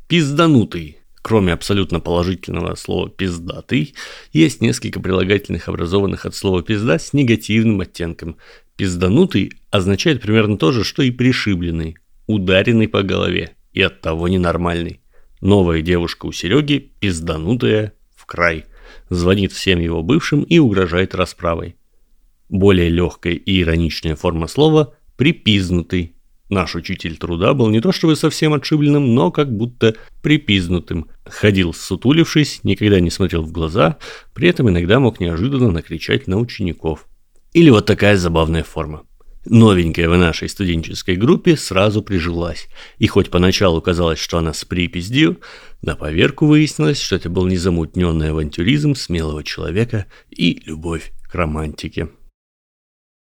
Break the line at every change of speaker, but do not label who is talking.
Пизданутый. Кроме абсолютно положительного слова «пиздатый», есть несколько прилагательных, образованных от слова «пизда» с негативным оттенком. Пизданутый означает примерно то же, что и пришибленный, ударенный по голове и оттого ненормальный. Новая девушка у Сереги пизданутая в край. Звонит всем его бывшим и угрожает расправой. Более легкая и ироничная форма слова «припизнутый». Наш учитель труда был не то чтобы совсем отшибленным, но как будто припизнутым. Ходил ссутулившись, никогда не смотрел в глаза, при этом иногда мог неожиданно накричать на учеников. Или вот такая забавная форма. Новенькая в нашей студенческой группе сразу прижилась. И хоть поначалу казалось, что она с припиздью, на поверку выяснилось, что это был незамутненный авантюризм смелого человека и любовь к романтике.